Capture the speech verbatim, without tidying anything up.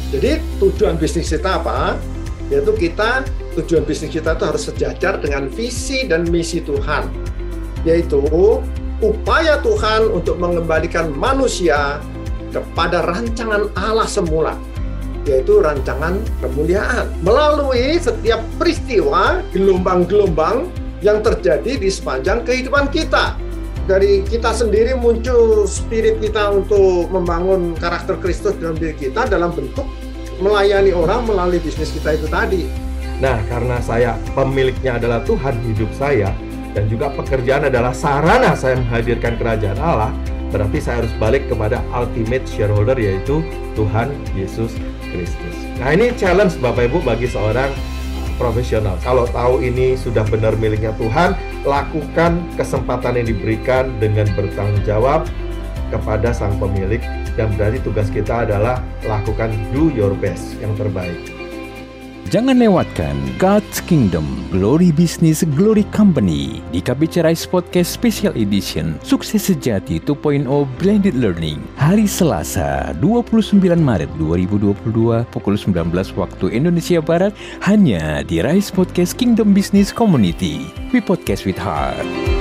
Jadi tujuan bisnis kita apa? Yaitu kita, tujuan bisnis kita itu harus sejajar dengan visi dan misi Tuhan. Yaitu upaya Tuhan untuk mengembalikan manusia kepada rancangan Allah semula, yaitu rancangan kemuliaan. Melalui setiap peristiwa, gelombang-gelombang yang terjadi di sepanjang kehidupan kita. Dari kita sendiri muncul spirit kita untuk membangun karakter Kristus dalam diri kita dalam bentuk melayani orang melalui bisnis kita itu tadi. Nah, karena saya pemiliknya adalah Tuhan hidup saya, dan juga pekerjaan adalah sarana saya menghadirkan kerajaan Allah, berarti saya harus balik kepada ultimate shareholder, yaitu Tuhan Yesus Kristus. Nah, ini challenge Bapak Ibu bagi seorang profesional. Kalau tahu ini sudah benar miliknya Tuhan, lakukan kesempatan yang diberikan dengan bertanggung jawab kepada sang pemilik, dan berarti tugas kita adalah lakukan do your best, yang terbaik. Jangan lewatkan God's Kingdom Glory Business Glory Company di K B C Rise Podcast Special Edition Sukses Sejati dua titik nol Blended Learning hari Selasa dua puluh sembilan Maret dua ribu dua puluh dua pukul sembilan belas waktu Indonesia Barat hanya di Rise Podcast Kingdom Business Community. We podcast with heart.